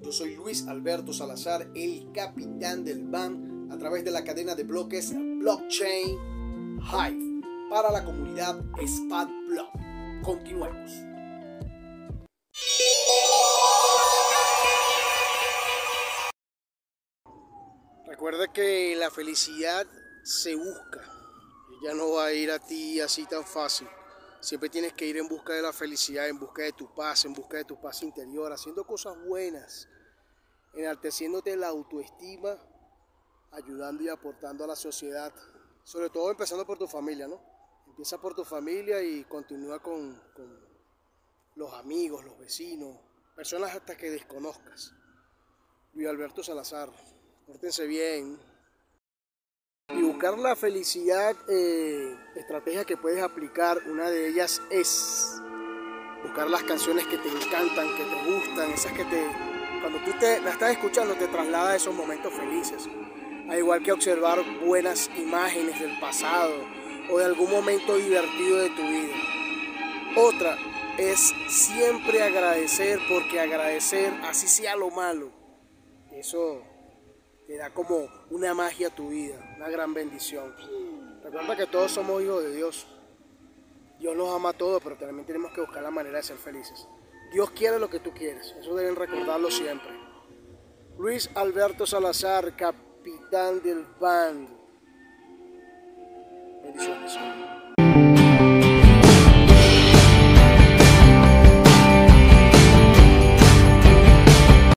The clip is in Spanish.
Yo soy Luis Alberto Salazar, el capitán del BAN, a través de la cadena de bloques Blockchain Hive para la comunidad SPATBlock. Continuemos. Recuerda que la felicidad se busca. Ella no va a ir a ti así tan fácil. Siempre tienes que ir en busca de la felicidad, en busca de tu paz interior, haciendo cosas buenas, enalteciéndote la autoestima, ayudando y aportando a la sociedad, sobre todo empezando por tu familia, ¿no? Empieza por tu familia y continúa con los amigos, los vecinos, personas hasta que desconozcas. Luis Alberto Salazar, pórtense bien. Y buscar la felicidad, estrategias que puedes aplicar, una de ellas es buscar las canciones que te encantan, que te gustan, esas que cuando tú la estás escuchando te traslada a esos momentos felices. Al igual que observar buenas imágenes del pasado o de algún momento divertido de tu vida. Otra es siempre agradecer, porque agradecer, así sea lo malo, eso te da como una magia a tu vida, una gran bendición. Recuerda que todos somos hijos de Dios. Dios nos ama a todos, pero también tenemos que buscar la manera de ser felices. Dios quiere lo que tú quieres, eso deben recordarlo siempre. Luis Alberto Salazar, capitán del BAN. Bendiciones.